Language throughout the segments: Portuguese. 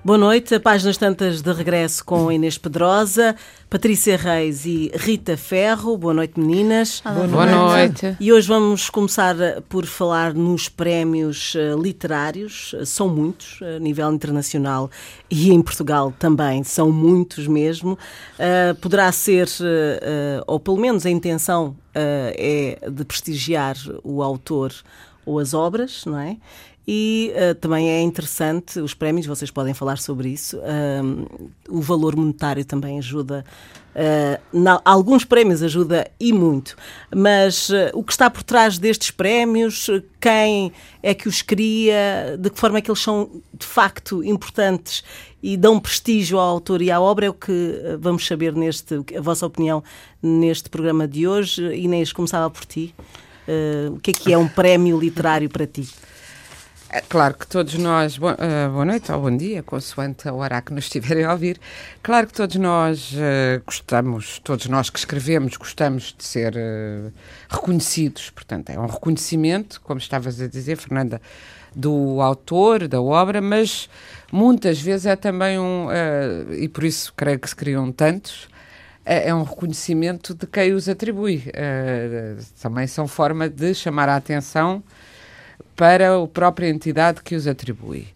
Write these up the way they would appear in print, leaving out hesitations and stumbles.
Boa noite, Páginas Tantas de regresso com Inês Pedrosa, Patrícia Reis e Rita Ferro. Boa noite, meninas. Boa noite. E hoje vamos começar por falar nos prémios literários. São muitos, a nível internacional e em Portugal também, são muitos mesmo. Poderá ser, ou pelo menos a intenção é de prestigiar o autor ou as obras, não é? E também é interessante os prémios, vocês podem falar sobre isso. O valor monetário também ajuda. Alguns prémios ajuda e muito. Mas o que está por trás destes prémios, quem é que os cria, de que forma é que eles são de facto importantes e dão prestígio ao autor e à obra, é o que vamos saber a vossa opinião neste programa de hoje. Inês, começava por ti. O que é um prémio literário para ti? É claro que todos nós, boa noite ou bom dia, consoante a hora que nos estiverem a ouvir, claro que todos nós gostamos, todos nós que escrevemos gostamos de ser reconhecidos, portanto é um reconhecimento, como estavas a dizer, Fernanda, do autor, da obra, mas muitas vezes é também e por isso creio que se criam tantos, é um reconhecimento de quem os atribui, também são forma de chamar a atenção para a própria entidade que os atribui.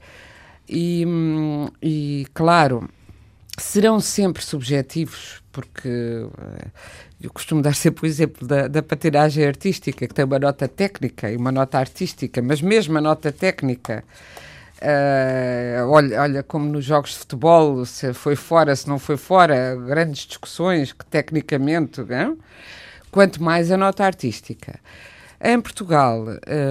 E claro, serão sempre subjetivos, porque eu costumo dar sempre o exemplo da patinagem artística, que tem uma nota técnica e uma nota artística, mas mesmo a nota técnica, olha como nos jogos de futebol, se foi fora, se não foi fora, grandes discussões que tecnicamente, quanto mais a nota artística. Em Portugal,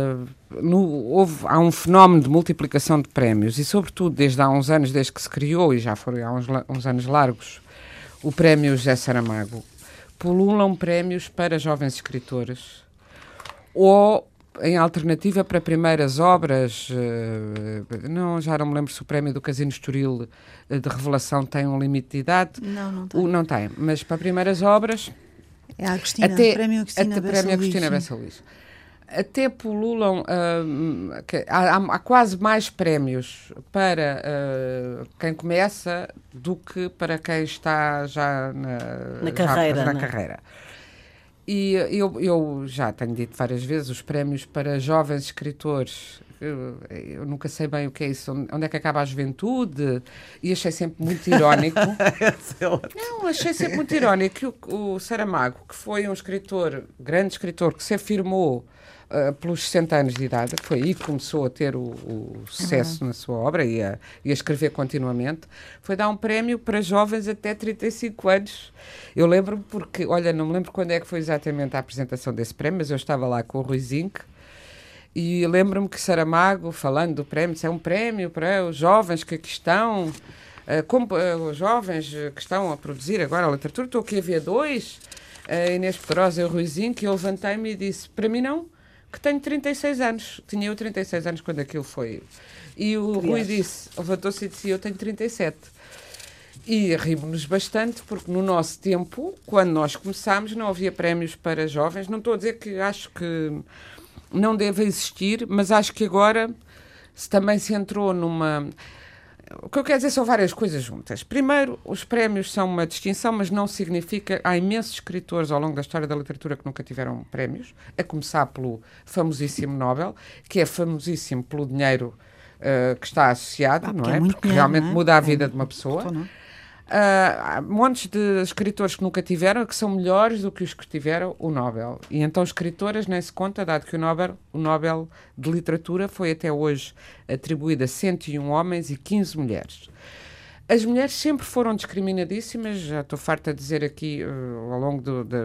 há um fenómeno de multiplicação de prémios e, sobretudo, desde há uns anos, desde que se criou, e já foram há uns anos largos, o prémio José Saramago, pululam prémios para jovens escritores ou, em alternativa, para primeiras obras. Já não me lembro se o prémio do Casino Estoril de Revelação tem um limite de idade. Não tem, mas para primeiras obras... É a Agostina, prémio Agostina Bessa Luís. Até pululam, há quase mais prémios para quem começa do que para quem está já na carreira. E eu já tenho dito várias vezes, os prémios para jovens escritores, eu nunca sei bem o que é isso, onde é que acaba a juventude, e achei sempre muito irónico. Achei sempre muito irónico que o Saramago, que foi um grande escritor, que se afirmou pelos 60 anos de idade, que foi aí que começou a ter o sucesso na sua obra e a escrever continuamente, foi dar um prémio para jovens até 35 anos. Eu lembro-me porque, não me lembro quando é que foi exatamente a apresentação desse prémio, mas eu estava lá com o Rui Zinck, e lembro-me que Saramago, falando do prémio, disse, é um prémio para os jovens que aqui estão, os jovens que estão a produzir agora a literatura. Estou aqui a ver dois, a Inês Pedrosa e o Rui Zinck, e eu levantei-me e disse, para mim não, que tenho 36 anos. Tinha eu 36 anos quando aquilo foi. E o Rui levantou-se e disse, eu tenho 37. E rimos-nos bastante, porque no nosso tempo, quando nós começámos, não havia prémios para jovens. Não estou a dizer que acho que não deve existir, mas acho que agora também se entrou numa... O que eu quero dizer são várias coisas juntas. Primeiro, os prémios são uma distinção, mas não significa... Há imensos escritores ao longo da história da literatura que nunca tiveram prémios, a começar pelo famosíssimo Nobel, que é famosíssimo pelo dinheiro que está associado, não é? Porque realmente muda a vida de uma pessoa. Há montes de escritores que nunca tiveram, que são melhores do que os que tiveram o Nobel. E então escritoras nem se conta, dado que o Nobel de Literatura foi até hoje atribuído a 101 homens e 15 mulheres. As mulheres sempre foram discriminadíssimas, já estou farta de dizer aqui, ao longo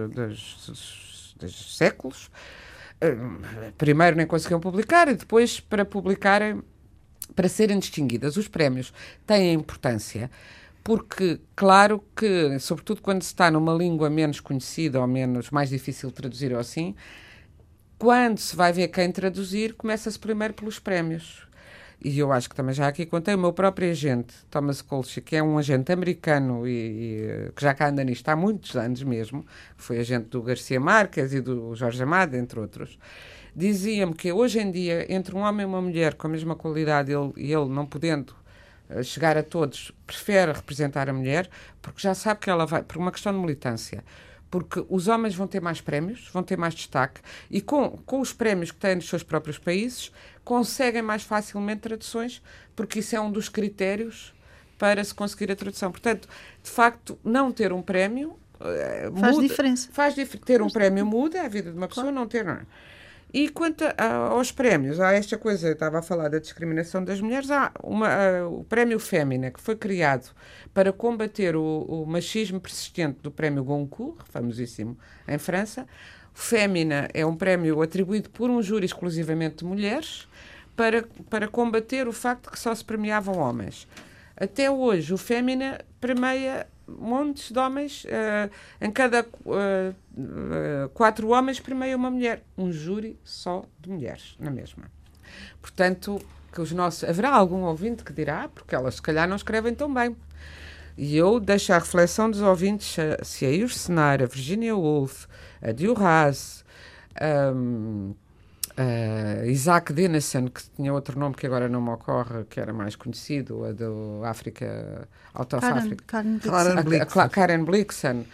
dos séculos. Primeiro nem conseguiam publicar e depois para publicarem, para serem distinguidas. Os prémios têm importância, porque, claro que, sobretudo quando se está numa língua menos conhecida ou mais difícil de traduzir ou assim, quando se vai ver quem traduzir, começa-se primeiro pelos prémios. E eu acho que também já aqui contei, o meu próprio agente, Thomas Colchi, que é um agente americano e que já cá anda nisto há muitos anos mesmo, foi agente do Garcia Marques e do Jorge Amado, entre outros, dizia-me que hoje em dia, entre um homem e uma mulher com a mesma qualidade, ele não podendo chegar a todos, prefere representar a mulher, porque já sabe que ela vai, por uma questão de militância, porque os homens vão ter mais prémios, vão ter mais destaque, e com os prémios que têm nos seus próprios países, conseguem mais facilmente traduções, porque isso é um dos critérios para se conseguir a tradução. Portanto, de facto, não ter um prémio faz diferença. Ter um prémio muda a vida de uma pessoa, não ter. Não. E quanto aos prémios, há esta coisa, eu estava a falar da discriminação das mulheres, há o prémio Fémina, que foi criado para combater o machismo persistente do prémio Goncourt, famosíssimo em França. O Fémina é um prémio atribuído por um júri exclusivamente de mulheres para combater o facto de que só se premiavam homens. Até hoje, o Fémina premia montes de homens, em cada 4 homens premia uma mulher. Um júri só de mulheres, na mesma. Portanto, haverá algum ouvinte que dirá, porque elas se calhar não escrevem tão bem. E eu deixo à reflexão dos ouvintes se a Urs Sennar, a Virginia Woolf, a Duras, Isaac Dinesen, que tinha outro nome que agora não me ocorre, que era mais conhecido, a do África, Out of Africa. Karen Blixen,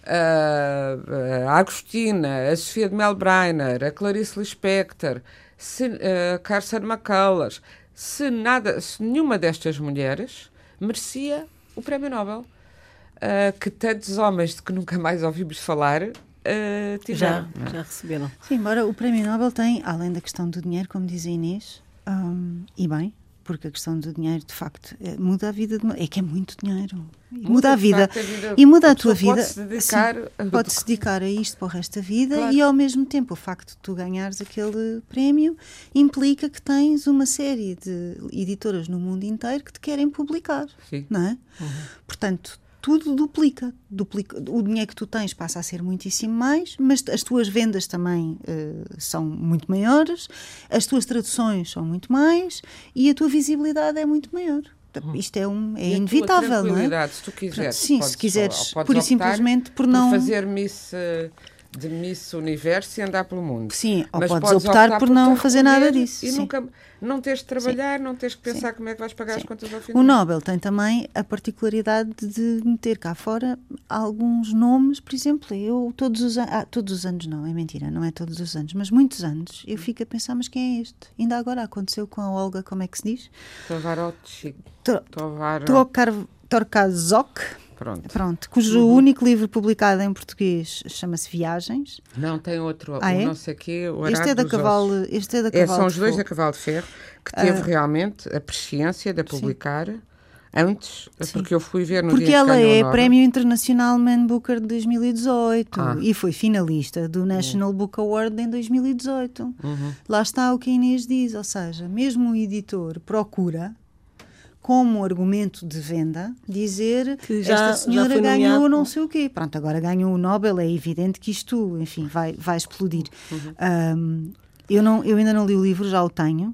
a Agostina, a Sofia de Melbreiner, a Clarice Lispector, a Carson McCullers, se nenhuma destas mulheres merecia o Prémio Nobel, que tantos homens de que nunca mais ouvimos falar já receberam. Sim, embora o Prémio Nobel tem, além da questão do dinheiro, como diz a Inês, e bem, porque a questão do dinheiro, de facto, muda a vida. É que é muito dinheiro. Muda a vida. E muda a tua vida. Pode-se dedicar a isto para o resto da vida, claro. E ao mesmo tempo o facto de tu ganhares aquele prémio implica que tens uma série de editoras no mundo inteiro que te querem publicar. Sim. Não é? Portanto, tudo duplica. O dinheiro que tu tens passa a ser muitíssimo mais, mas as tuas vendas também são muito maiores, as tuas traduções são muito mais e a tua visibilidade é muito maior. Isto é inevitável, não é? Se tu quiseres, sim, se quiseres, pura e simplesmente por não fazer de Miss Universo e andar pelo mundo. Sim, ou podes optar por não fazer nada disso. E nunca não teres de trabalhar, não teres de pensar como é que vais pagar as contas ao final. O Nobel tem também a particularidade de meter cá fora alguns nomes, por exemplo, eu todos os anos não, é mentira, não é todos os anos, mas muitos anos, eu fico a pensar, mas quem é este? Ainda agora aconteceu com a Olga, como é que se diz? Tokarczuk. Pronto, cujo único livro publicado em português chama-se Viagens. Não, tem outro, não sei quê. Este é da Cavalo. São os dois da Cavalo de Ferro, que teve realmente a presciência de a publicar antes, porque eu fui ver no porque dia ela que é Prémio Internacional Man Booker de 2018 e foi finalista do National Book Award em 2018. Lá está o que a Inês diz, ou seja, mesmo o editor procura, como argumento de venda, dizer que esta senhora ganhou não sei o quê. Pronto, agora ganhou o Nobel, é evidente que isto, enfim, vai explodir. Eu ainda não li o livro, já o tenho.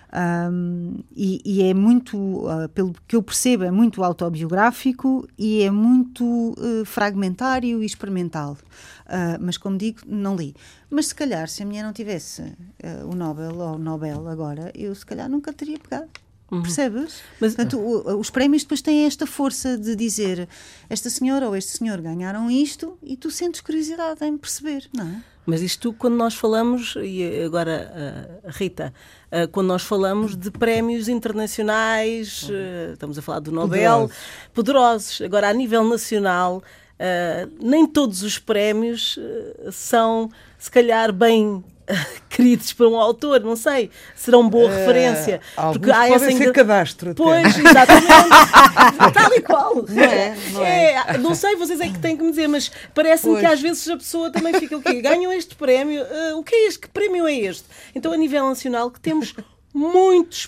E é muito, pelo que eu percebo, é muito autobiográfico e é muito fragmentário e experimental. Mas, como digo, não li. Mas, se calhar, se a mulher não tivesse o Nobel ou o Nobel agora, eu, se calhar, nunca teria pegado. Percebes? Mas, portanto, os prémios depois têm esta força de dizer esta senhora ou este senhor ganharam isto e tu sentes curiosidade em perceber, não é? Mas isto quando nós falamos, e agora Rita, quando nós falamos de prémios internacionais, estamos a falar do Nobel, poderosos. Agora, a nível nacional, nem todos os prémios são, se calhar, bem queridos para um autor, não sei, serão boa referência. Porque há podem ser cadastro até. Pois, exatamente. Tal e qual. Não é? Não sei, vocês é que têm que me dizer, mas parece-me que às vezes a pessoa também fica o quê? Ganham este prémio, o que é este? Que prémio é este? Então, a nível nacional, que temos muitos,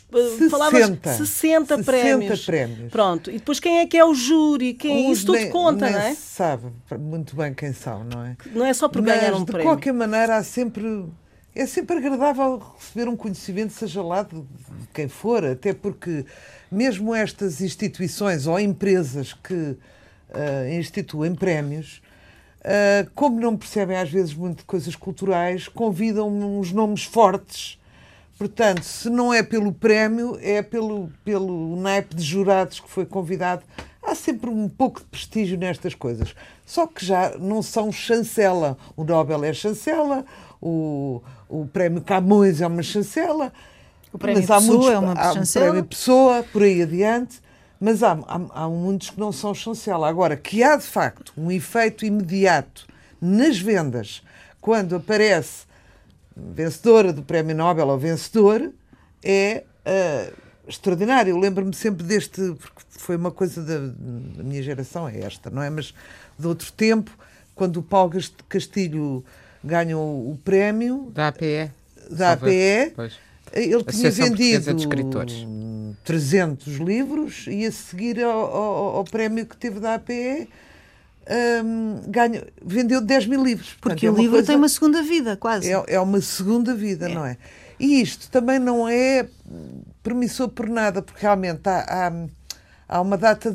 60 prémios. Pronto, e depois quem é que é o júri? Isso tudo conta, não é? Se sabe muito bem quem são, não é? Não é só por ganhar um prémio. De qualquer maneira, é sempre agradável receber um conhecimento, seja lá de quem for, até porque mesmo estas instituições ou empresas que instituem prémios, como não percebem às vezes muito de coisas culturais, convidam uns nomes fortes Portanto, se não é pelo prémio, é pelo naipe de jurados que foi convidado. Há sempre um pouco de prestígio nestas coisas. Só que já não são chancela. O Nobel é chancela, o prémio Camões é uma chancela. O prémio Pessoa é uma chancela. O prémio Pessoa, por aí adiante. Mas há muitos que não são chancela. Agora, que há de facto um efeito imediato nas vendas, quando aparece vencedora do prémio Nobel ou vencedor, é extraordinário. Eu lembro-me sempre porque foi uma coisa da minha geração, é esta, não é? Mas de outro tempo, quando o Paulo Castilho ganhou o prémio da APE. Pois. Ele tinha vendido 300 livros e a seguir ao prémio que teve da APE vendeu 10 mil livros. Porque o livro tem uma segunda vida, quase. É uma segunda vida, não é? E isto também não é promissor por nada, porque realmente há uma data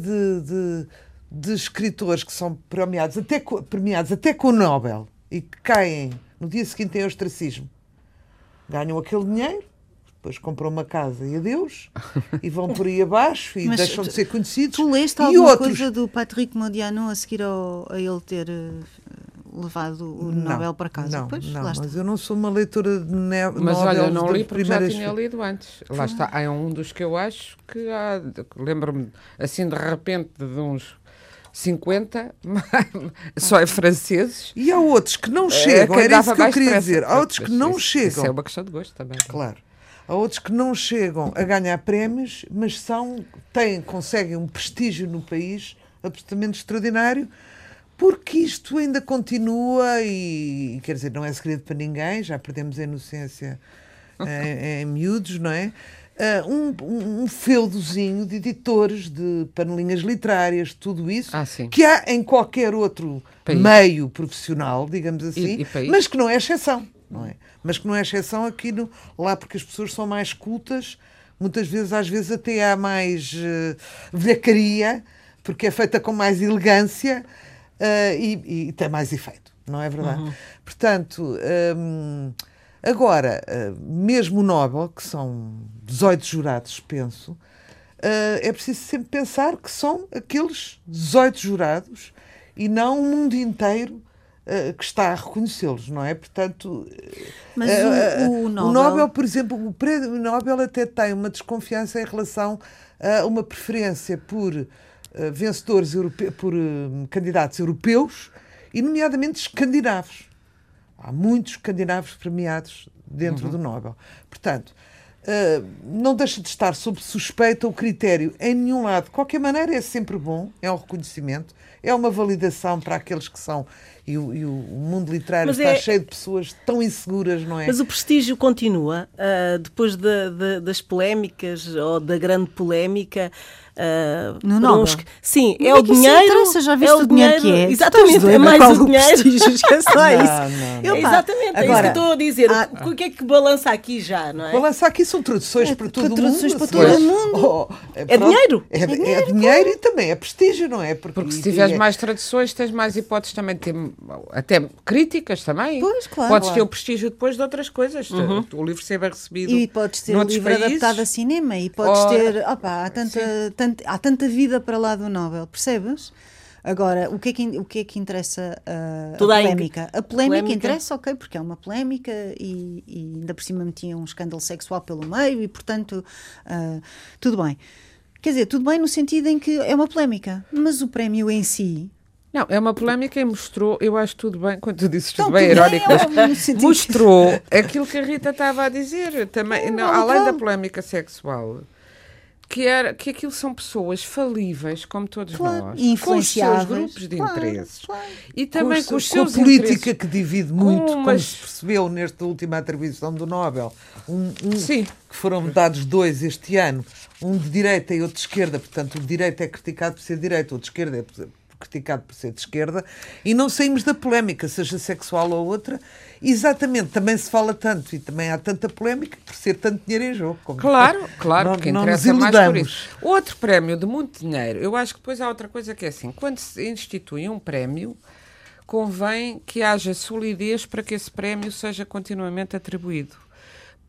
de escritores que são premiados até com o Nobel e que caem no dia seguinte em ostracismo. Ganham aquele dinheiro, depois compram uma casa e adeus, e vão por aí abaixo e deixam de ser conhecidos. Tu leste alguma coisa do Patrick Modiano a seguir a ele ter levado o Nobel para casa? Não, pois, mas eu não sou uma leitora de Nobel. Mas olha, eu não li porque já tinha lido antes. Lá está, é um dos que eu acho que lembro-me assim de repente de uns 50, só é franceses. E há outros que não chegam, era isso que eu queria dizer. Há outros que não chegam. Isso é uma questão de gosto também. Claro. Há outros que não chegam a ganhar prémios, mas conseguem um prestígio no país absolutamente extraordinário, porque isto ainda continua e quer dizer, não é segredo para ninguém, já perdemos a inocência em miúdos, não é? Um feudozinho de editores, de panelinhas literárias, tudo isso, que há em qualquer outro meio profissional, digamos assim, mas que não é exceção, não é? Mas que não é exceção aqui lá, porque as pessoas são mais cultas, muitas vezes, às vezes até há mais velhacaria, porque é feita com mais elegância e tem mais efeito, não é verdade? Uhum. Portanto, agora, mesmo o Nobel, que são 18 jurados, penso, é preciso sempre pensar que são aqueles 18 jurados e não o mundo inteiro que está a reconhecê-los, não é? Portanto, mas o Nobel, por exemplo, o prémio Nobel até tem uma desconfiança em relação a uma preferência por vencedores europeus, por candidatos europeus e, nomeadamente, escandinavos. Há muitos escandinavos premiados dentro do Nobel. Portanto, não deixa de estar sob suspeita o critério em nenhum lado. De qualquer maneira, é sempre bom, é um reconhecimento, é uma validação para aqueles que são. E o mundo literário está cheio de pessoas tão inseguras, não é? Mas o prestígio continua, depois das polémicas ou da grande polémica. No Nobel. Sim, é o dinheiro. Já viste o dinheiro que é? Exatamente, é mais o dinheiro. É só isso. Exatamente, é isso que estou a dizer. O que é que balança aqui já, não é? Balança aqui são traduções para todo o mundo. É dinheiro. É dinheiro e também é prestígio, não é? Porque se tiveres mais traduções, tens mais hipóteses também de ter até críticas também. Pois, claro. Podes ter o prestígio depois de outras coisas. O livro ser bem recebido. E podes ter o livro adaptado a cinema e podes ter. Há tanta vida para lá do Nobel, percebes? Agora, o que é que interessa a polémica? A polémica interessa, ok, porque é uma polémica e ainda por cima metia um escândalo sexual pelo meio e, portanto, tudo bem. Quer dizer, tudo bem no sentido em que é uma polémica, mas o prémio em si... Não, é uma polémica e mostrou, eu acho tudo bem, quando tu dizes tudo bem, irónico, mas mostrou aquilo que a Rita estava a dizer, também, além da polémica sexual, que aquilo são pessoas falíveis, como todos nós, com os seus grupos de interesses, e também com os seus com a política que divide muito, como se percebeu nesta última atribuição do Nobel, Sim. que foram dados 2 este ano, um de direita e outro de esquerda, portanto o de direita é criticado por ser de direita, o de esquerda é criticado por ser de esquerda, e não saímos da polémica, seja sexual ou outra. Exatamente, também se fala tanto e também há tanta polémica por ser tanto dinheiro em jogo. Claro, porque interessa mais por isso. Outro prémio de muito dinheiro, eu acho que depois há outra coisa que é assim, quando se institui um prémio, convém que haja solidez para que esse prémio seja continuamente atribuído.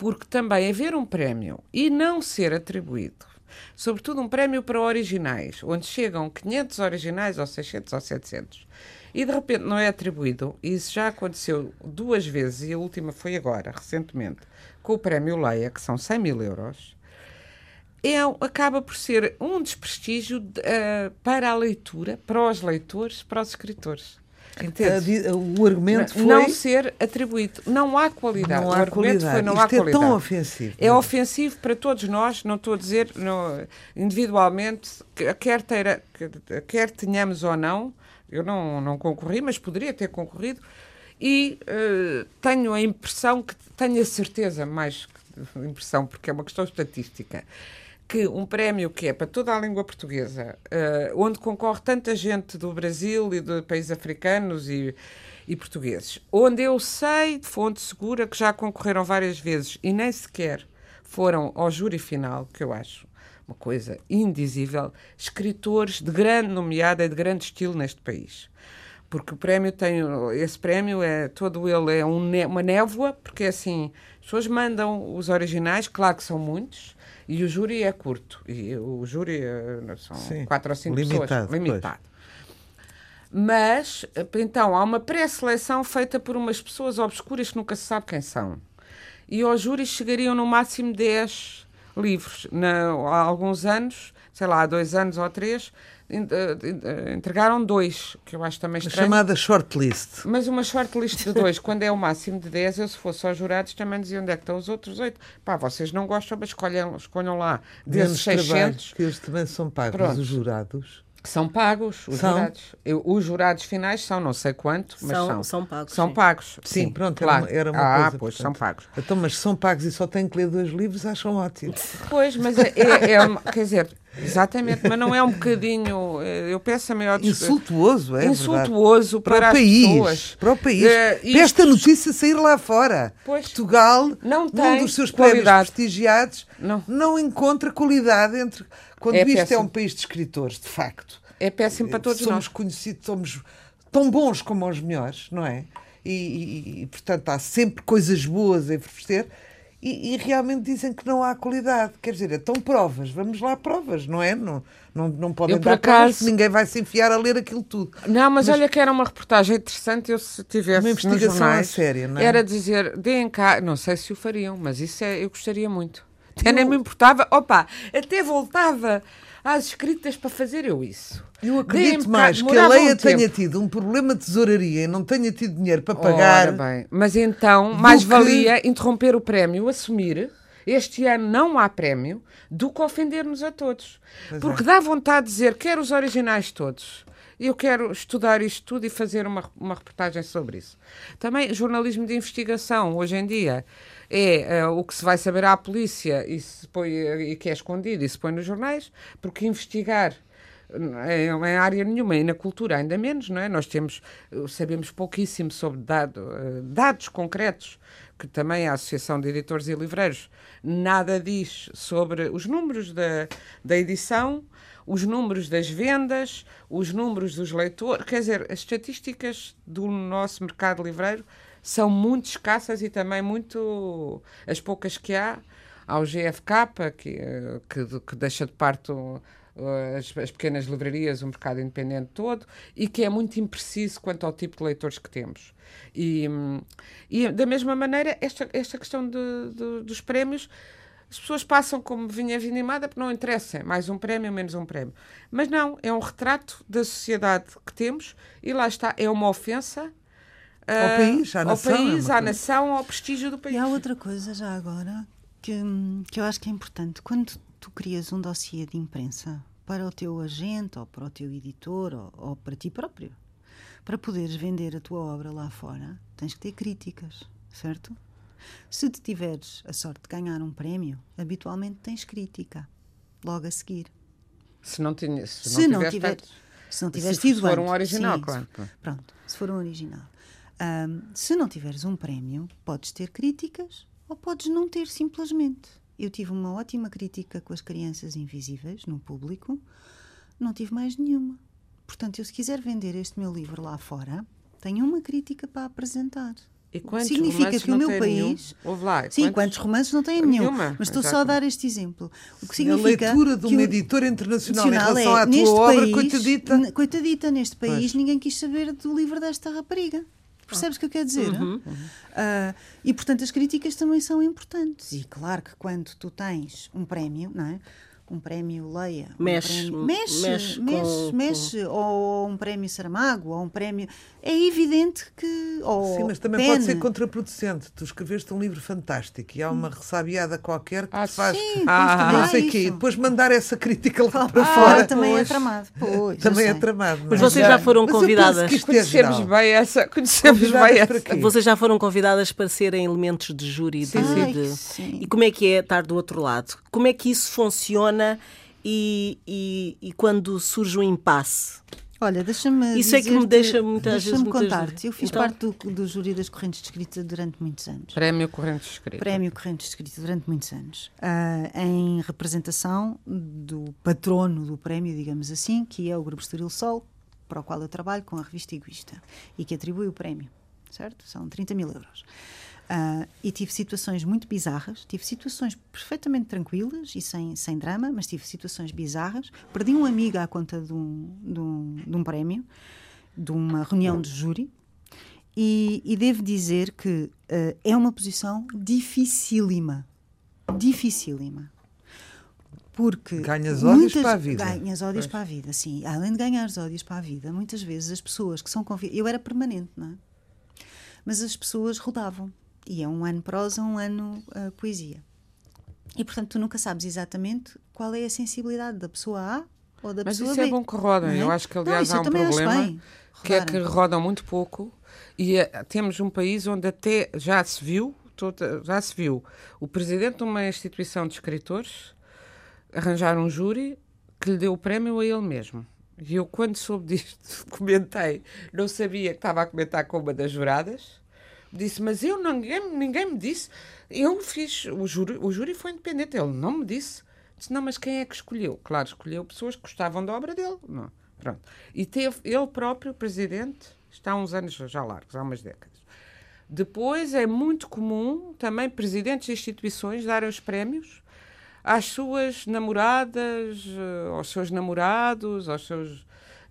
Porque também haver um prémio e não ser atribuído, sobretudo um prémio para originais, onde chegam 500 originais, ou 600 ou 700, e de repente não é atribuído, e isso já aconteceu 2 vezes, e a última foi agora, recentemente, com o prémio Leia, que são 100 mil euros, acaba por ser um desprestígio para a leitura, para os leitores, para os escritores. O argumento foi... Não ser atribuído. Não há qualidade. Não há qualidade. Foi, não Isto há qualidade. É tão ofensivo. É ofensivo para todos nós, não estou a dizer individualmente, quer tenhamos ou não, eu não concorri, mas poderia ter concorrido, e tenho a impressão, tenho a certeza, mais que impressão, porque é uma questão estatística, que um prémio que é para toda a língua portuguesa, onde concorre tanta gente do Brasil e de países africanos e portugueses, onde eu sei de fonte segura que já concorreram várias vezes e nem sequer foram ao júri final, que eu acho uma coisa indizível, escritores de grande nomeada e de grande estilo neste país. Porque esse prémio todo ele é uma névoa, porque assim, as pessoas mandam os originais, claro que são muitos, e o júri é curto. E o júri são 4 ou 5 pessoas. Limitado. Mas, então, há uma pré-seleção feita por umas pessoas obscuras que nunca se sabe quem são. E aos júris chegariam no máximo 10 livros. Há alguns anos, sei lá, há 2 anos ou 3, entregaram 2, que eu acho também estranho. A chamada shortlist. Mas uma shortlist de 2, quando é o máximo de 10, eu se fosse aos jurados também dizia onde é que estão os outros 8. Pá, vocês não gostam, mas escolham lá. Desses 600... que eles também são pagos, pronto. Os jurados. São pagos, os jurados. Os jurados finais são não sei quanto, mas são pagos. São pagos. Sim, pronto, claro. Era uma coisa. Pois, portanto. são pagos. Então, mas são pagos e só têm que ler 2 livros, acham ótimo. Pois, mas quer dizer, exatamente, mas não é um bocadinho, eu peço a maior... Insultuoso, é insultuoso verdade. para o país, as pessoas. Para o país. Para esta notícia sair lá fora. Pois, Portugal, não num dos seus qualidade. prémios prestigiados, não encontra qualidade quando isto péssimo. é um país de escritores, de facto. É péssimo para todos somos nós. Conhecidos, somos tão bons como os melhores, não é? E, portanto, há sempre coisas boas a oferecer e realmente dizem que não há qualidade. Quer dizer, então provas, vamos lá provas, não é? Não podem dar provas, porque ninguém vai se enfiar a ler aquilo tudo. Não, mas olha que era uma reportagem interessante, eu se tivesse uma investigação jornais, séria, não é? Era dizer, deem cá, não sei se o fariam, mas isso eu gostaria muito. Até nem me importava, até voltava às escritas para fazer isso. Eu acredito mais que a Leia tenha tido um problema de tesouraria e não tenha tido dinheiro para pagar. Ora bem, mas então, mais valia interromper o prémio, assumir, este ano não há prémio, do que ofender-nos a todos. Porque dá vontade de dizer, quero os originais todos. Eu quero estudar isto tudo e fazer uma reportagem sobre isso. Também jornalismo de investigação, hoje em dia, é o que se vai saber à polícia e que é escondido e se põe nos jornais, porque investigar em área nenhuma e na cultura ainda menos, não é? Nós sabemos pouquíssimo sobre dados concretos, que também a Associação de Editores e Livreiros nada diz sobre os números da edição, os números das vendas, os números dos leitores. Quer dizer, as estatísticas do nosso mercado livreiro são muito escassas e também muito... As poucas que há o GFK, que deixa de parte as pequenas livrarias, o mercado independente todo, e que é muito impreciso quanto ao tipo de leitores que temos. E da mesma maneira, esta questão dos prémios, as pessoas passam como vinha vinimada porque não interessa, mais um prémio, menos um prémio. Mas não, é um retrato da sociedade que temos e lá está, é uma ofensa ao país, à nação, ao prestígio do país. E há outra coisa já agora que eu acho que é importante. Quando tu crias um dossiê de imprensa para o teu agente ou para o teu editor ou para ti próprio, para poderes vender a tua obra lá fora, tens que ter críticas, certo? Se te tiveres a sorte de ganhar um prémio, habitualmente tens crítica logo a seguir. Se não tiveres tido for um original, sim, claro. Pronto, se for um original. Se não tiveres um prémio, podes ter críticas ou podes não ter simplesmente. Eu tive uma ótima crítica com as crianças invisíveis no público, não tive mais nenhuma. Portanto, eu se quiser vender este meu livro lá fora, tenho uma crítica para apresentar. E quantos significa que o meu país... Quantos romances não têm nenhum? Mas estou só a dar este exemplo. O que significa a leitura de uma editora internacional em relação à tua obra, coitadita, neste país, ninguém quis saber do livro desta rapariga. Percebes o que eu quero dizer? E, portanto, as críticas também são importantes. E claro que quando tu tens um prémio, não é? Um prémio Leia, mexe, ou um prémio Saramago, ou um prémio... É evidente que... Sim, mas também pode ser contraproducente. Tu escreveste um livro fantástico e há uma ressabiada qualquer que te faz... não sei o quê. E depois mandar essa crítica lá para fora... Também é tramado. Também é tramado. Mas vocês já foram convidadas... Conhecemos bem essa. Vocês já foram convidadas para serem elementos de júri. Sim. E como é que é estar do outro lado? Como é que isso funciona e quando surge um impasse? Olha, deixa-me isso é que me deixa muitas vezes... Deixa-me contar-te. Eu fiz parte do júri das Correntes de Escrita durante muitos anos. Prémio Correntes de Escrita. Prémio Correntes de Escrita durante muitos anos. Em representação do patrono do prémio, digamos assim, que é o Grupo Estoril Sol, para o qual eu trabalho com a revista Egoísta, e que atribui o prémio, certo? São 30.000 euros. E tive situações muito bizarras, tive situações perfeitamente tranquilas e sem drama, mas tive situações bizarras. Perdi um amigo à conta de um prémio, de uma reunião de júri, e devo dizer que é uma posição dificílima. Porque ganhas ódios para a vida. Ganhas ódios para a vida, sim. Além de ganhares ódios para a vida, muitas vezes as pessoas que são convidadas... Eu era permanente, não é? Mas as pessoas rodavam. E é um ano prosa, um ano poesia. E, portanto, tu nunca sabes exatamente qual é a sensibilidade da pessoa A ou da pessoa B. Mas isso é bom que rodem. É? Eu acho que, aliás, há um problema que é que rodam muito pouco e temos um país onde até já se viu o presidente de uma instituição de escritores arranjar um júri que lhe deu o prémio a ele mesmo. E eu, quando soube disto, comentei, não sabia que estava a comentar com uma das juradas. Disse, mas ninguém me disse. Eu fiz, o júri foi independente, ele não me disse. Disse, não, mas quem é que escolheu? Claro, escolheu pessoas que gostavam da obra dele. Não, pronto. E teve ele próprio, presidente, está há uns anos já largos, há umas décadas. Depois é muito comum também presidentes de instituições darem os prémios às suas namoradas, aos seus namorados, aos seus...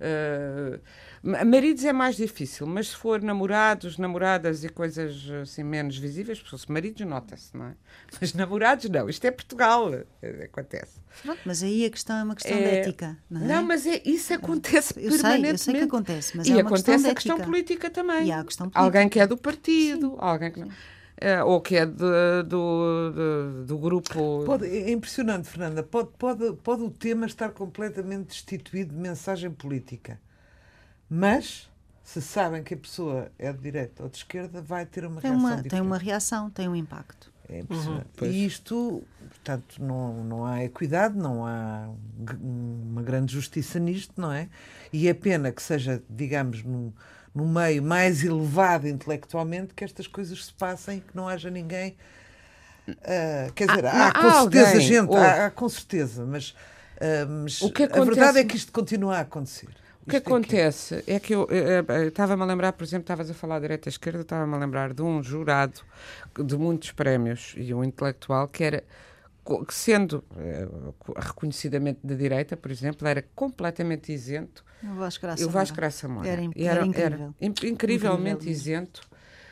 maridos é mais difícil, mas se for namorados, namoradas e coisas assim menos visíveis, porque se maridos nota-se, não é? Mas namorados não, isto é Portugal, acontece. Pronto, mas aí a questão é uma questão de ética, não é? Não, mas isso acontece permanentemente. Eu sei que acontece, mas e é uma acontece questão a questão política também. E há a questão política. Alguém que é do partido, alguém que não... ou que é do grupo... É impressionante, Fernanda. Pode o tema estar completamente destituído de mensagem política. Mas, se sabem que a pessoa é de direita ou de esquerda, vai ter uma reação diferente. Tem uma reação, tem um impacto. É impressionante. E isto, portanto, não há equidade, não há uma grande justiça nisto, não é? E é pena que seja, digamos, no meio mais elevado intelectualmente que estas coisas se passem e que não haja ninguém... quer dizer, há com certeza alguém, gente, há com certeza, mas o que a verdade é que isto continua a acontecer. O que acontece é que eu estava-me a lembrar, por exemplo, estavas a falar direita-esquerda, estava-me a lembrar de um jurado de muitos prémios e um intelectual que era, sendo reconhecidamente de direita, por exemplo, era completamente isento. O Vasco Graça Moura. Era incrível. Era incrivelmente isento.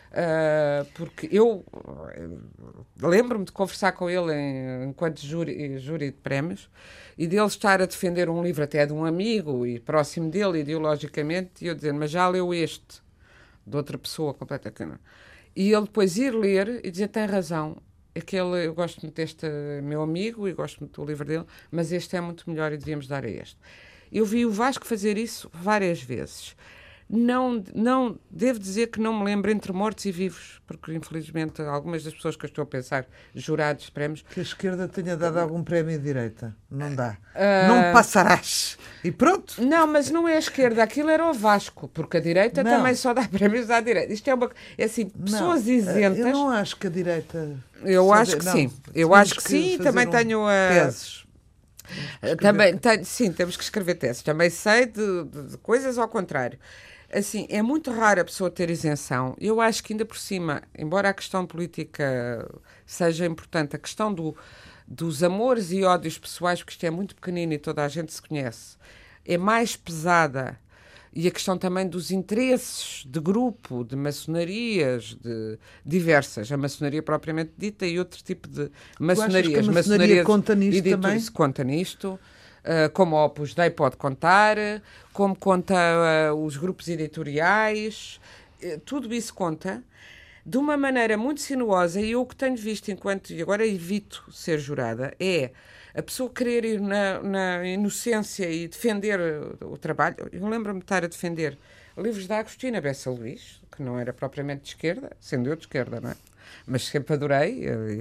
Porque eu lembro-me de conversar com ele enquanto júri de prémios e dele estar a defender um livro até de um amigo e próximo dele ideologicamente, e eu dizer, mas já leu este de outra pessoa completamente, e ele depois ir ler e dizer, tem razão, eu gosto muito deste meu amigo e gosto muito do livro dele, mas este é muito melhor e devíamos dar a este. Eu vi o Vasco fazer isso várias vezes. Não, devo dizer que não me lembro entre mortos e vivos, porque infelizmente algumas das pessoas que eu estou a pensar, jurados de prémios... Que a esquerda tenha dado algum prémio à direita. Não dá. Não passarás. E pronto. Não, mas não é a esquerda, aquilo era o Vasco, porque a direita também só dá prémios à direita. Isto é assim, pessoas isentas... Eu não acho que a direita... Eu acho que sim. Eu acho que sim e também tenho teses. Também tenho, sim, temos que escrever teses. Também sei de coisas ao contrário. assim, é muito raro a pessoa ter isenção. Eu acho que ainda por cima, embora a questão política seja importante, a questão dos amores e ódios pessoais, porque isto é muito pequenino e toda a gente se conhece, é mais pesada. E a questão também dos interesses de grupo, de maçonarias, de diversas. A maçonaria propriamente dita e outro tipo de maçonarias. A maçonaria conta nisto também? Conta nisto. Como o Opus Dei pode contar, como conta os grupos editoriais. Tudo isso conta de uma maneira muito sinuosa. E eu o que tenho visto enquanto... E agora evito ser jurada, é... a pessoa querer ir na inocência e defender o trabalho. Eu lembro-me de estar a defender livros da Agostina Bessa Luís, que não era propriamente de esquerda, sendo eu de esquerda, não é? Mas sempre adorei.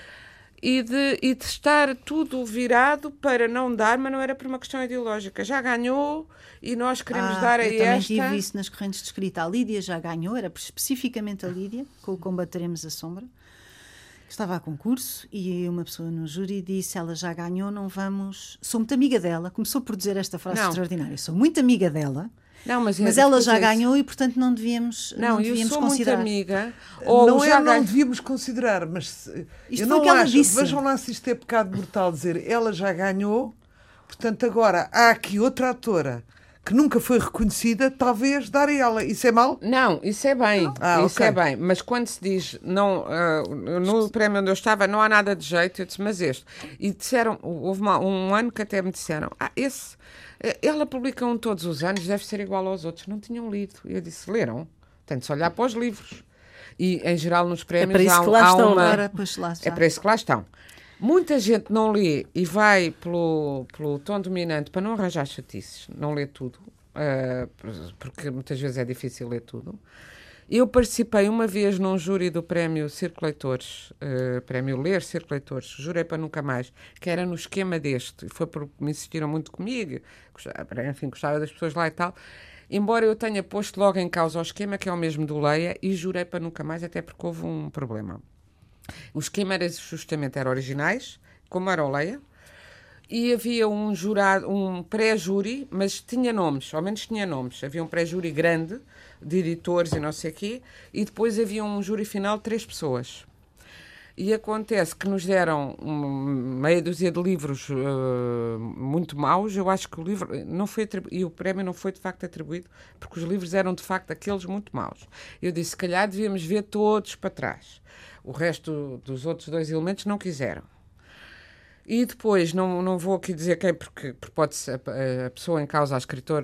E de estar tudo virado para não dar, mas não era por uma questão ideológica. Já ganhou e nós queremos dar a esta... Eu também tive isso nas correntes de escrita. A Lídia já ganhou, era especificamente a Lídia, com o Combateremos a Sombra. Estava a concurso e uma pessoa no júri disse: ela já ganhou, não vamos... Sou muito amiga dela. Começou por dizer esta frase extraordinária: sou muito amiga dela, mas ela já ganhou e, portanto, não devíamos Não, eu sou considerar. muito amiga. Não devíamos considerar, mas isto eu foi o que ela disse. Vejam lá se isto é pecado mortal dizer ela já ganhou, portanto, agora há aqui outra atora que nunca foi reconhecida, talvez dar a ela. Isso é mau? Não, isso é bem. Isso é bem. Mas quando se diz, não, no prémio onde eu estava, não há nada de jeito, eu disse, mas este. E disseram, houve um ano que até me disseram, esse, ela publica um todos os anos, deve ser igual aos outros. Não tinham lido. E eu disse, leram? Tem de se olhar para os livros. E, em geral, nos prémios é para isso que lá estão, uma... É para isso que lá estão. Muita gente não lê e vai pelo tom dominante para não arranjar chatices, não lê tudo, porque muitas vezes é difícil ler tudo. Eu participei uma vez num júri do Prémio Circo Leitores, Prémio Ler Circo Leitores, jurei para nunca mais, que era no esquema deste, e foi porque me insistiram muito comigo, enfim, gostava das pessoas lá e tal, embora eu tenha posto logo em causa o esquema, que é o mesmo do Leia, e jurei para nunca mais, até porque houve um problema. O esquema era justamente, era originais, como era o Leia, e havia um jurado, um pré-júri, mas tinha nomes, ao menos tinha nomes. Havia um pré-júri grande, de editores e não sei o quê, e depois havia um júri final de 3 pessoas. E acontece que nos deram meia dúzia de livros muito maus. Eu acho que o livro não foi atribuído, e o prémio não foi de facto atribuído, porque os livros eram de facto aqueles muito maus. Eu disse, se calhar devíamos ver todos para trás. O resto dos outros 2 elementos não quiseram. E depois, não vou aqui dizer quem, porque pode ser a pessoa em causa,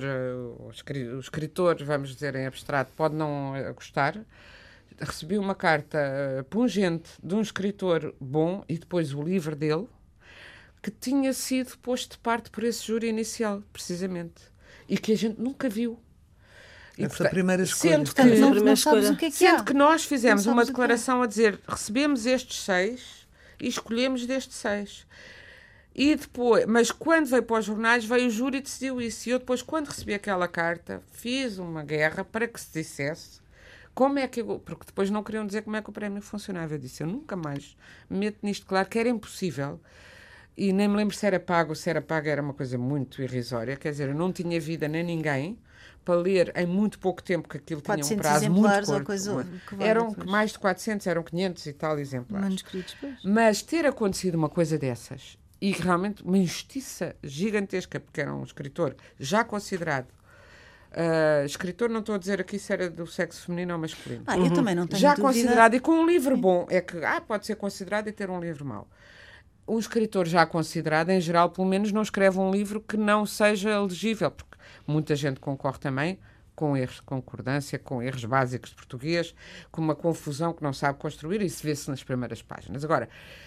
o escritor, vamos dizer em abstrato, pode não gostar. Recebi uma carta pungente de um escritor bom, e depois o livro dele, que tinha sido posto de parte por esse júri inicial, precisamente. E que a gente nunca viu. Essa primeira escolha. Sendo que nós fizemos uma declaração a dizer, recebemos estes 6 e escolhemos destes 6. E depois, mas quando veio para os jornais, veio o júri e decidiu isso. E eu depois, quando recebi aquela carta, fiz uma guerra para que se dissesse como é que... Porque depois não queriam dizer como é que o prémio funcionava. Eu disse, eu nunca mais me meto nisto. Claro que era impossível. E nem me lembro se era pago. Se era pago era uma coisa muito irrisória. Quer dizer, eu não tinha vida nem ninguém para ler em muito pouco tempo, que aquilo tinha um prazo muito curto. Eram mais de 400, eram 500 e tal exemplares. Manuscritos, pois. Mas ter acontecido uma coisa dessas, e realmente uma injustiça gigantesca, porque era um escritor já considerado, escritor, não estou a dizer aqui se era do sexo feminino ou masculino. Eu também não tenho já dúvida. Considerado, e com um livro bom, é que pode ser considerado e ter um livro mau. Um escritor já considerado, em geral, pelo menos não escreve um livro que não seja legível, porque muita gente concorre também com erros de concordância, com erros básicos de português, com uma confusão que não sabe construir, e isso vê-se nas primeiras páginas. Agora,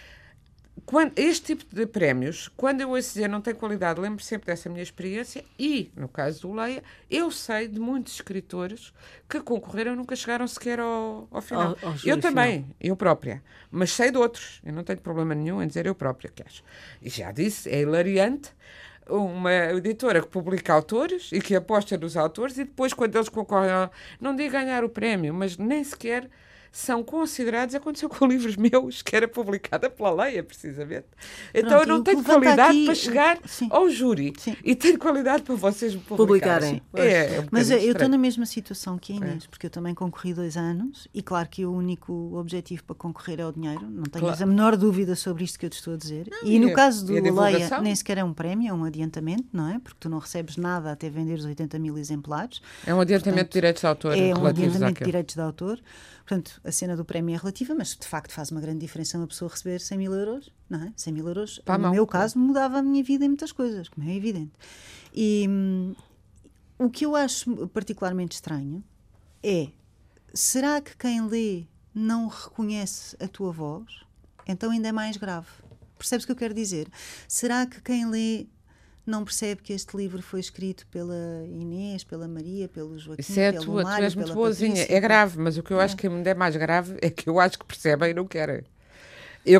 este tipo de prémios, quando eu ouço dizer não tem qualidade, lembro sempre dessa minha experiência, e, no caso do Leia, eu sei de muitos escritores que concorreram e nunca chegaram sequer ao final. Eu também, final. Eu própria. Mas sei de outros. Eu não tenho problema nenhum em dizer eu própria, que acho. E já disse, é hilariante uma editora que publica autores e que aposta nos autores, e depois, quando eles concorrem, não digo ganhar o prémio, mas nem sequer são considerados, aconteceu com livros meus, que era publicada pela Leia, precisamente. Então eu não tenho qualidade para chegar ao júri. Sim. E tenho qualidade para vocês me publicarem. Mas eu estou na mesma situação que a Inês, porque eu também concorri 2 anos, e claro que o único objetivo para concorrer é o dinheiro, não tenho a menor dúvida sobre isto que eu te estou a dizer. E no caso do Leia, nem sequer é um prémio, é um adiantamento, não é? Porque tu não recebes nada até vender os 80.000 exemplares. É um adiantamento de direitos de autor. É um adiantamento de direitos de autor. Portanto, a cena do prémio é relativa, mas de facto faz uma grande diferença uma pessoa receber 100.000 euros, não é? 100.000 euros, no meu caso, mudava a minha vida em muitas coisas, como é evidente. E o que eu acho particularmente estranho é, será que quem lê não reconhece a tua voz? Então ainda é mais grave. Percebes o que eu quero dizer? Será que quem lê não percebe que este livro foi escrito pela Inês, pela Maria, pelo Joaquim, pelo Mário, tu és muito pela boazinha. Patrícia? É grave, mas o que eu acho que ainda é mais grave é que eu acho que percebem e não querem. Eu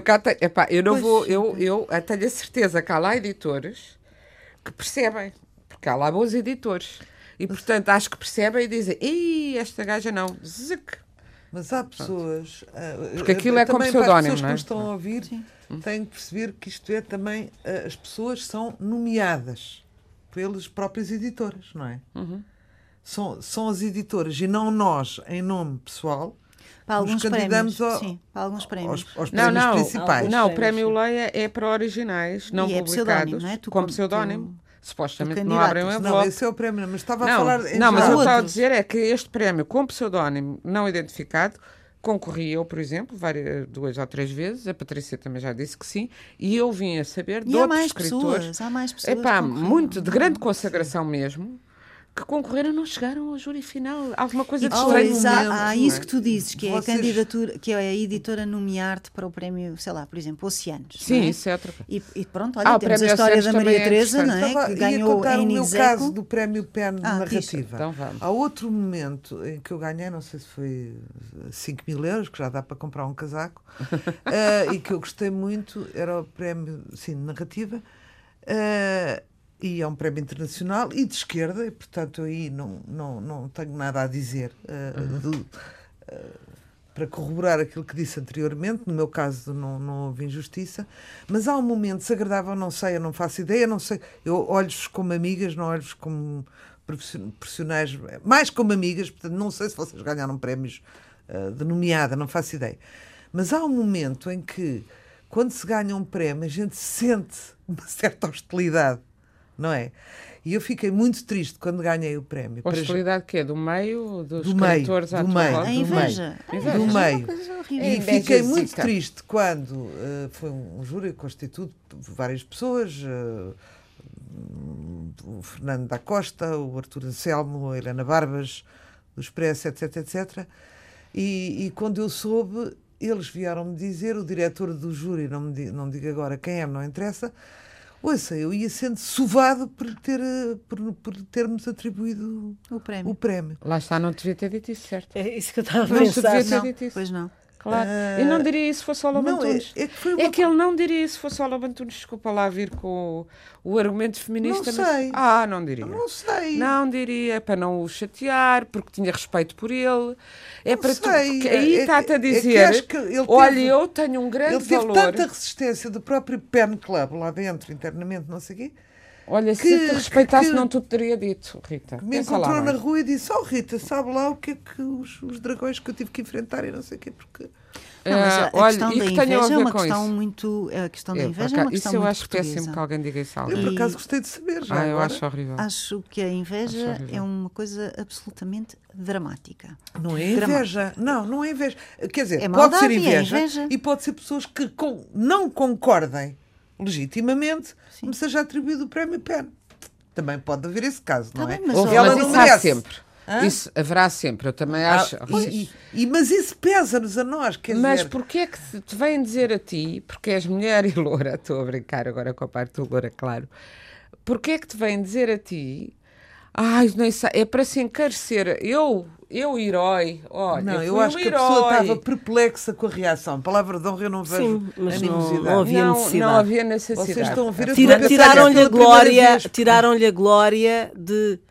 tenho a certeza que há lá editores que percebem, porque há lá bons editores. E, portanto, acho que percebem e dizem, esta gaja não, zic. Mas há pessoas... Porque aquilo é com pseudónimo, não é? As pessoas não é? que estão a ouvir têm que perceber que isto é também... as pessoas são nomeadas pelas próprias editoras, não é? Uhum. São as editoras e não nós, em nome pessoal, para alguns candidamos prémios. Para alguns prémios. aos prémios principais. Não, o prémio Leia é para originais não publicados, não é? com pseudónimo. Supostamente não abrem um envelope. Não, esse é o prémio, mas estava a falar... Não, mas o que eu estava a dizer é que este prémio com pseudónimo não identificado, concorri eu, por exemplo, 2 ou 3 vezes, a Patrícia também já disse que sim, e eu vim a saber de outros escritores. Há mais pessoas. Muito de grande consagração mesmo, que concorreram não chegaram ao júri final. Alguma coisa de estranho. Há isso que tu dizes, que é a candidatura, que é a editora nomear-te para o prémio, sei lá, por exemplo, Oceanos. Sim, é? isso é outra coisa. E pronto, olha, temos a história da Maria Teresa, não é? Que ganhou a em o meu Niseco. caso do prémio PEN de narrativa. Então vamos. Há outro momento em que eu ganhei, não sei se foi 5.000 euros, que já dá para comprar um casaco, e que eu gostei muito, era o prémio, sim, de narrativa, e é um prémio internacional e de esquerda, e portanto aí não tenho nada a dizer para corroborar aquilo que disse anteriormente. No meu caso não houve injustiça, mas há um momento desagradável, não sei, eu não faço ideia, não sei, eu olho-vos como amigas, não olho-vos como profissionais, mais como amigas, portanto não sei se vocês ganharam prémios de nomeada, não faço ideia, mas há um momento em que quando se ganha um prémio a gente sente uma certa hostilidade, não é? E eu fiquei muito triste quando ganhei o prémio. Hostilidade que é? Do meio? Dos escritores à tua volta? A inveja. Do meio. E fiquei muito triste quando foi um júri constituído por várias pessoas, o Fernando da Costa, o Artur Anselmo, a Helena Barbas, do Expresso, etc, etc. E quando eu soube, eles vieram-me dizer, o diretor do júri, não digo agora quem é, não interessa. Ouça, eu ia sendo sovado por termos atribuído o prémio. Lá está, não devia ter dito isso, certo? É isso que eu estava a pensar. pensar. Não devia ter dito isso. Pois não. Claro. E não diria isso se fosse o Lobo Antunes. É que ele não diria isso se fosse o Lobo Antunes. Desculpa lá vir com o argumento feminista. Não sei. Não diria. Não sei. Não diria, para não o chatear, porque tinha respeito por ele. É não para sei. Tu. Aí está-te a dizer, olha, eu tenho um grande valor. Ele teve tanta resistência do próprio PEN Club lá dentro, internamente, não sei o quê. Olha, se te respeitasse, não te teria dito, Rita. Me encontrou na rua e disse, Rita, sabe lá o que é que os dragões que eu tive que enfrentar e não sei o quê, porque... Não, mas a questão da inveja é uma questão muito... A questão da inveja é uma questão muito portuguesa. Isso eu acho péssimo que alguém diga isso a alguém. Eu, por acaso, gostei de saber já. Eu acho horrível. Acho que a inveja é uma coisa absolutamente dramática. Não é inveja. Não é inveja. Quer dizer, pode ser inveja e pode ser pessoas que não concordem legitimamente, me seja atribuído o prémio PEN. Também pode haver esse caso, não é? Mas isso há sempre. Isso haverá sempre, eu também acho. Mas isso pesa-nos a nós. Mas porquê é que te vêm dizer a ti, porque és mulher e loura, estou a brincar agora com a parte do loura, claro, porquê é que te vêm dizer a ti, nem sei, é para se encarecer, eu herói, olha, não, eu acho que a pessoa estava perplexa com a reação. Palavra de honra, eu não vejo animosidade. Não havia necessidade. Não havia necessidade. Vocês estão a ver Tiraram-lhe a glória de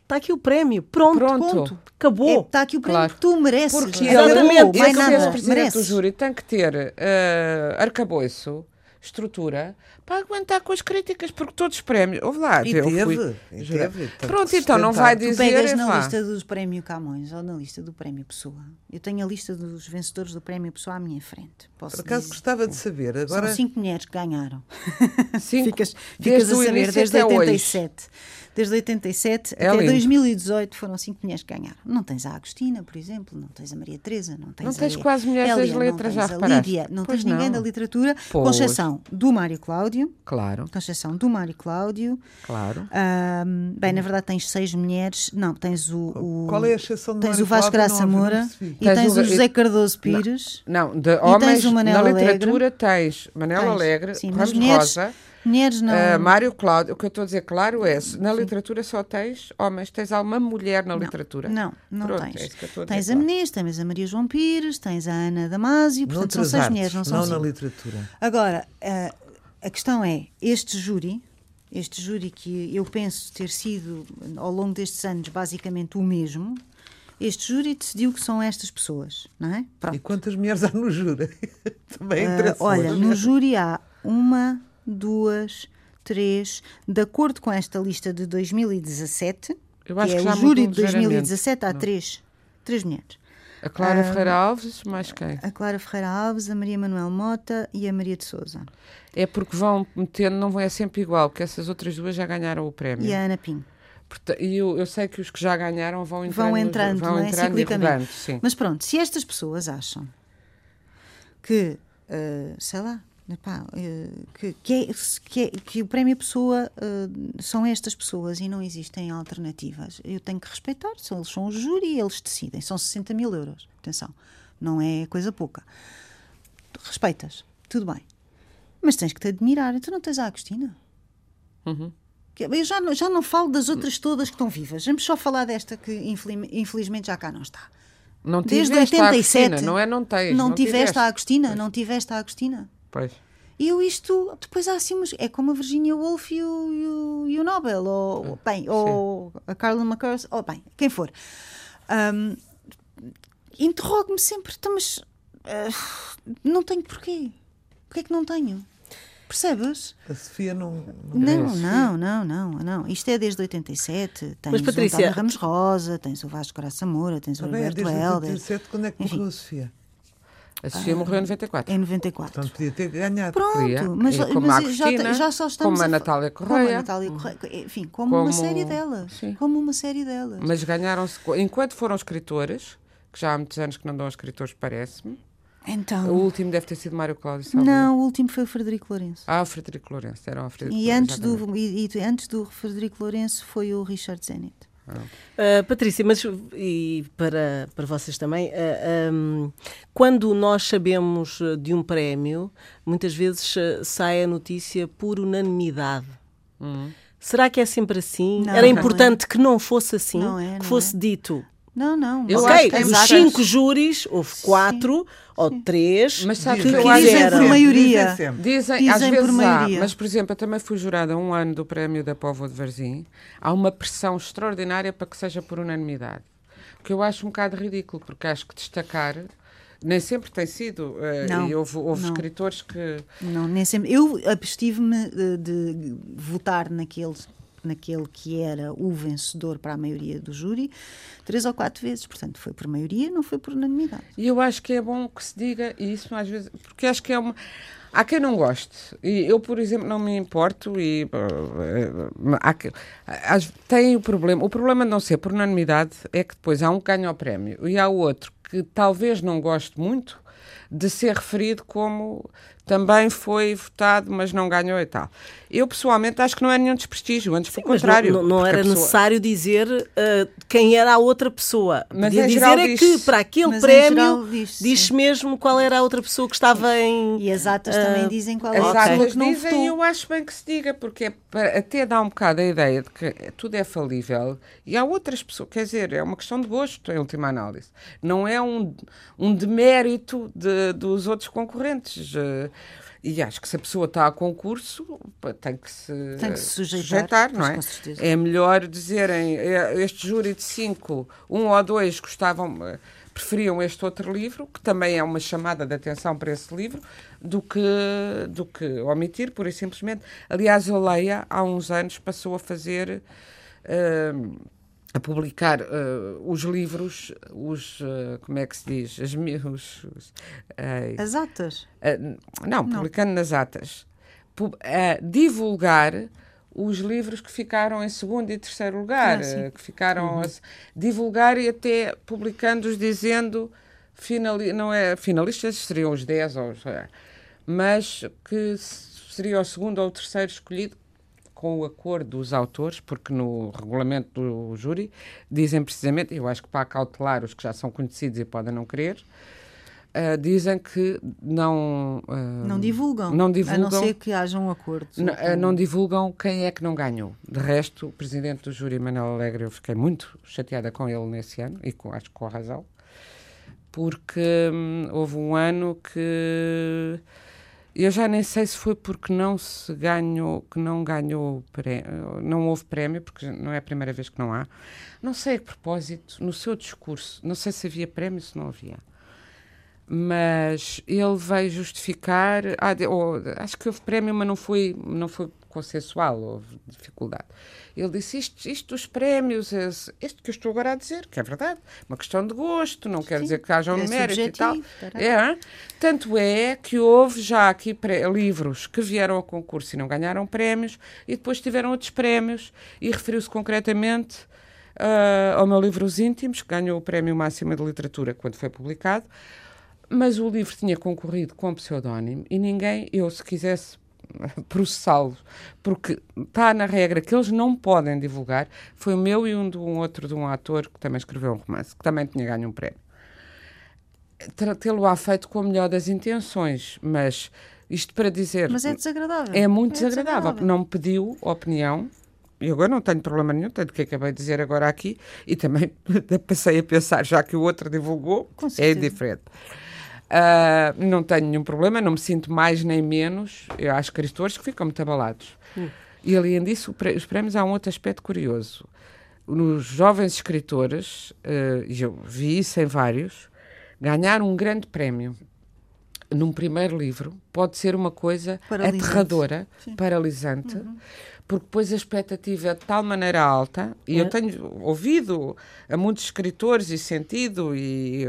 está aqui o prémio, pronto. Acabou. Está aqui o prémio que tu mereces. Porque exatamente, mais nada, o presidente do júri tem que ter arcabouço, estrutura, para aguentar com as críticas, porque todos os prémios... Ouve lá, E teve. Pronto, então não vai dizer... Tu pegas na lista dos prémios Camões ou na lista do prémio Pessoa. Eu tenho a lista dos vencedores do prémio Pessoa à minha frente. Por acaso gostava de saber. Agora... São 5 mulheres que ganharam. Ficas a saber, desde 87. Desde 87 até lindo. 2018 foram 5 mulheres que ganharam. Não tens a Agostina, por exemplo, não tens a Maria Teresa, não tens quase mulheres das letras, já reparaste? Lídia, não Pois tens ninguém da literatura, com exceção do Mário Cláudio. Claro. Com exceção do Mário Cláudio. Claro. Bem, na verdade tens 6 mulheres. Não, tens Qual é a exceção do tens Mário o Vasco Cláudio? Graça Moura e tens o José Cardoso Pires. Não, de homens, o Manel na Alegre. literatura tens Manel Alegre, Sim, Ramos mas mulheres, Rosa, mulheres não... Mário Cláudio. O que eu estou a dizer, claro, é na literatura só tens homens. Tens alguma mulher na literatura? Não Pronto, tens. É isso que eu estou a Tens dizer, a Menezes, tens a Maria João Pires, tens a Ana Damasio, portanto são 6 mulheres, não são 5. na literatura. Agora, a questão é, este júri que eu penso ter sido, ao longo destes anos, basicamente o mesmo, este júri decidiu que são estas pessoas, não é? Pronto. E quantas mulheres há no júri? Também é interessante. Olha, no júri há 1, 2, 3, de acordo com esta lista de 2017, Eu acho que é que já o júri mudou de 2017, há não. 3 mulheres. A Clara Ferreira Alves, mais quem? A Clara Ferreira Alves, a Maria Manuel Mota e a Maria de Sousa. É porque vão metendo, não é sempre igual, porque essas outras duas já ganharam o prémio. E a Ana Pinho. E eu sei que os que já ganharam vão entrando não é? e Ciclicamente. rodando, sim. Mas pronto, se estas pessoas acham que, sei lá, epá, que o prémio Pessoa são estas pessoas e não existem alternativas, eu tenho que respeitar. Eles são o júri e eles decidem. São 60 mil euros. Atenção, não é coisa pouca. Tu respeitas, tudo bem. Mas tens que te admirar. Tu não tens a Agostina? Uhum. Eu já não falo das outras todas que estão vivas. Vamos só falar desta que infelizmente já cá não está. Não Desde tiveste 87. A Agostina, não é? Não tens. Não tiveste tiveste a Agostina? Pois. Não tiveste a Agostina? Pois. E eu isto, depois há assim, é como a Virginia Woolf e o Nobel, ou a Carolyn McCullers, ou bem, quem for. Interrogo-me sempre, mas não tenho porquê. Porquê é que não tenho? Percebes? A Sofia não. Não. Isto é desde 87. Tens o António Ramos Rosa, tens o Vasco Graça Moura, tens o Alberto Helder. Desde 87, quando é que morreu a Sofia? A Sofia morreu em 94. Em 94. Portanto, podia ter ganhado. Pronto, mas já só estamos como a Natália Correia. Enfim, como uma série delas. Sim. Como uma série delas. Mas ganharam-se, enquanto foram escritores, que já há muitos anos que não dão a escritores, parece-me. Então, O último deve ter sido Mário Cláudio. não, o último foi o Frederico Lourenço. O Frederico Lourenço. Era o Frederico E Lourenço, antes do Frederico Lourenço foi o Richard Zenit. Patrícia, mas e para vocês também, quando nós sabemos de um prémio, muitas vezes sai a notícia por unanimidade. Será que é sempre assim? Não, Era não importante que não fosse assim, Não que fosse dito. Não. Eu Ok, acho que dos 5 júris, houve 4 ou 3 Mas sabes que que eu acho dizem quiseram. por maioria. Dizem sempre. Dizem às por vezes maioria. mas por exemplo, eu também fui jurada um ano do prémio da Póvoa de Varzim. Há uma pressão extraordinária para que seja por unanimidade. O que eu acho um bocado ridículo, porque acho que destacar nem sempre tem sido. Não, e houve não. escritores que... Não, nem sempre. Eu abstive-me de votar naquele que era o vencedor para a maioria do júri 3 ou 4 vezes. Portanto, foi por maioria, não foi por unanimidade. E eu acho que é bom que se diga isso às vezes, porque acho que é uma... Há quem não goste. E eu, por exemplo, não me importo e tem o problema. O problema de não ser por unanimidade é que depois há um que ganha o prémio e há outro que talvez não goste muito de ser referido como também foi votado, mas não ganhou e tal. Eu, pessoalmente, acho que não é nenhum desprestígio, antes pelo contrário. Não era necessário dizer quem era a outra pessoa. Mas Podia em dizer geral é que para aquele Mas em prémio geral diz-se mesmo qual era a outra pessoa que estava em... E as atas também dizem qual é As a pessoa atas que não dizem votou. e eu acho bem que se diga, porque é para até dá um bocado a ideia de que tudo é falível e há outras pessoas, quer dizer, é uma questão de gosto, em última análise. Não é um demérito dos outros concorrentes. E acho que se a pessoa está a concurso, tem que se sujeitar, não é? É melhor dizerem, este júri de 5, 1 ou 2 preferiam este outro livro, que também é uma chamada de atenção para esse livro, do que omitir, pura e simplesmente. Aliás, a Leia, há uns anos, passou a fazer... a publicar os livros, como é que se diz? As atas? Não, publicando nas atas. Divulgar os livros que ficaram em segundo e terceiro lugar, que ficaram divulgar e até publicando-os dizendo não é finalistas, seriam os 10, mas que seria o segundo ou o terceiro escolhido, com o acordo dos autores, porque no regulamento do júri dizem precisamente, eu acho que para acautelar os que já são conhecidos e podem não querer, dizem que não divulgam, a não ser que haja um acordo. Não divulgam quem é que não ganhou. De resto, o presidente do júri, Manuel Alegre, eu fiquei muito chateada com ele nesse ano, e acho que com a razão, porque houve um ano que... Eu já nem sei se foi porque não ganhou prémio, não houve prémio, porque não é a primeira vez que não há. Não sei a que propósito, no seu discurso, não sei se havia prémio, se não havia. Mas ele veio justificar, acho que houve prémio, mas não foi consensual, houve dificuldade. Ele disse isto dos prémios, isto que eu estou agora a dizer, que é verdade, uma questão de gosto, não quer dizer que haja um mérito e tal. Tanto é que houve já aqui livros que vieram ao concurso e não ganharam prémios, e depois tiveram outros prémios, e referiu-se concretamente ao meu livro Os Íntimos, que ganhou o Prémio Máximo de Literatura quando foi publicado, mas o livro tinha concorrido com pseudónimo e eu, se quisesse processá-los, porque está na regra que eles não podem divulgar, foi o meu e um outro de um ator que também escreveu um romance, que também tinha ganho um prémio. Tê-lo-á feito com a melhor das intenções, mas isto para dizer... Mas é desagradável. É muito desagradável, porque não me pediu opinião. Eu agora não tenho problema nenhum, tanto que acabei de dizer agora aqui, e também passei a pensar, já que o outro divulgou, é diferente. Não tenho nenhum problema, não me sinto mais nem menos. Eu acho que há escritores que ficam muito abalados. E além disso, os prémios há um outro aspecto curioso. Nos jovens escritores, e eu vi isso em vários, ganhar um grande prémio num primeiro livro pode ser uma coisa aterradora, paralisante, porque depois a expectativa é de tal maneira alta, e eu tenho ouvido a muitos escritores e sentido, e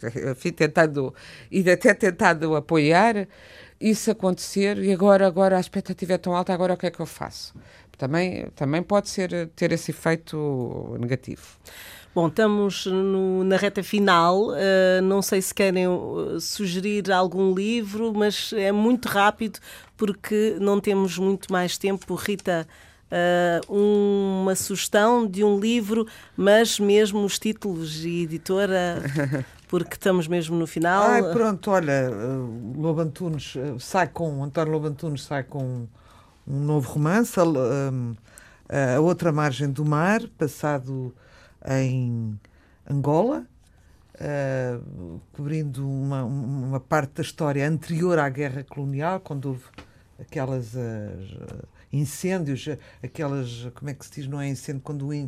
até tentado apoiar isso acontecer, e agora a expectativa é tão alta, agora o que é que eu faço? Também pode ter esse efeito negativo. Bom, estamos na reta final, não sei se querem sugerir algum livro, mas é muito rápido porque não temos muito mais tempo. Rita, uma sugestão de um livro, mas mesmo os títulos e editora, porque estamos mesmo no final. Pronto, olha, Lobo Antunes António Lobo Antunes sai com um novo romance, A Outra Margem do Mar, passado em Angola, cobrindo uma parte da história anterior à Guerra Colonial, quando houve aquelas incêndios, como é que se diz, não é incêndio,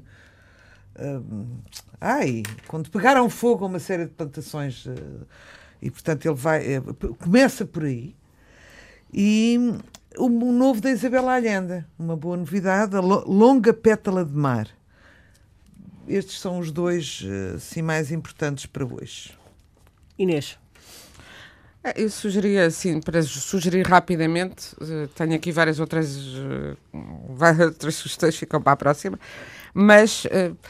quando pegaram fogo a uma série de plantações, e portanto ele começa por aí. E o novo da Isabel Allende, uma boa novidade, A Longa Pétala de Mar. Estes são os dois assim, mais importantes para hoje. Inês? Eu sugeria, assim, para sugerir rapidamente, tenho aqui várias outras sugestões, ficam para a próxima, mas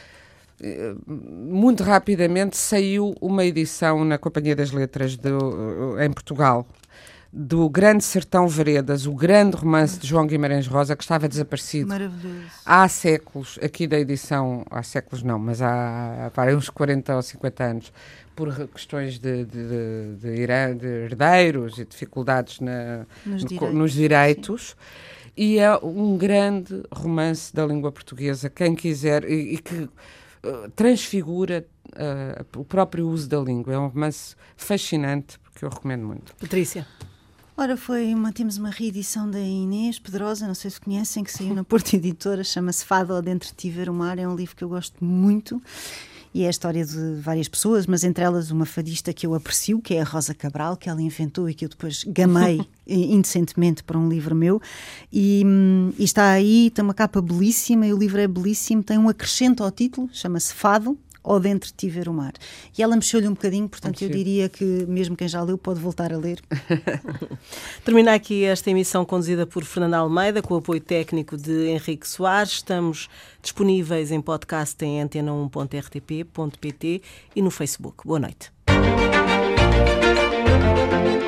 muito rapidamente saiu uma edição na Companhia das Letras em Portugal, do Grande Sertão Veredas, o grande romance de João Guimarães Rosa, que estava desaparecido. Maravilhoso. Há séculos, aqui da edição, há séculos não, mas há uns 40 ou 50 anos, por questões de herdeiros e dificuldades nos direitos. E é um grande romance da língua portuguesa, quem quiser, e que transfigura o próprio uso da língua. É um romance fascinante, que eu recomendo muito. Patrícia? Ora, temos uma reedição da Inês Pedrosa, não sei se conhecem, que saiu na Porto Editora, chama-se Fado ou Dentro de Ti Ver o Mar, é um livro que eu gosto muito. E é a história de várias pessoas, mas entre elas uma fadista que eu aprecio, que é a Rosa Cabral, que ela inventou e que eu depois gamei indecentemente para um livro meu. E está aí, tem uma capa belíssima e o livro é belíssimo, tem um acrescento ao título, chama-se Fado ou Dentro de Ti Ver o Mar. E ela mexeu-lhe um bocadinho, portanto eu diria que mesmo quem já leu pode voltar a ler. Termina aqui esta emissão conduzida por Fernanda Almeida, com o apoio técnico de Henrique Soares. Estamos disponíveis em podcast em antena1.rtp.pt e no Facebook. Boa noite.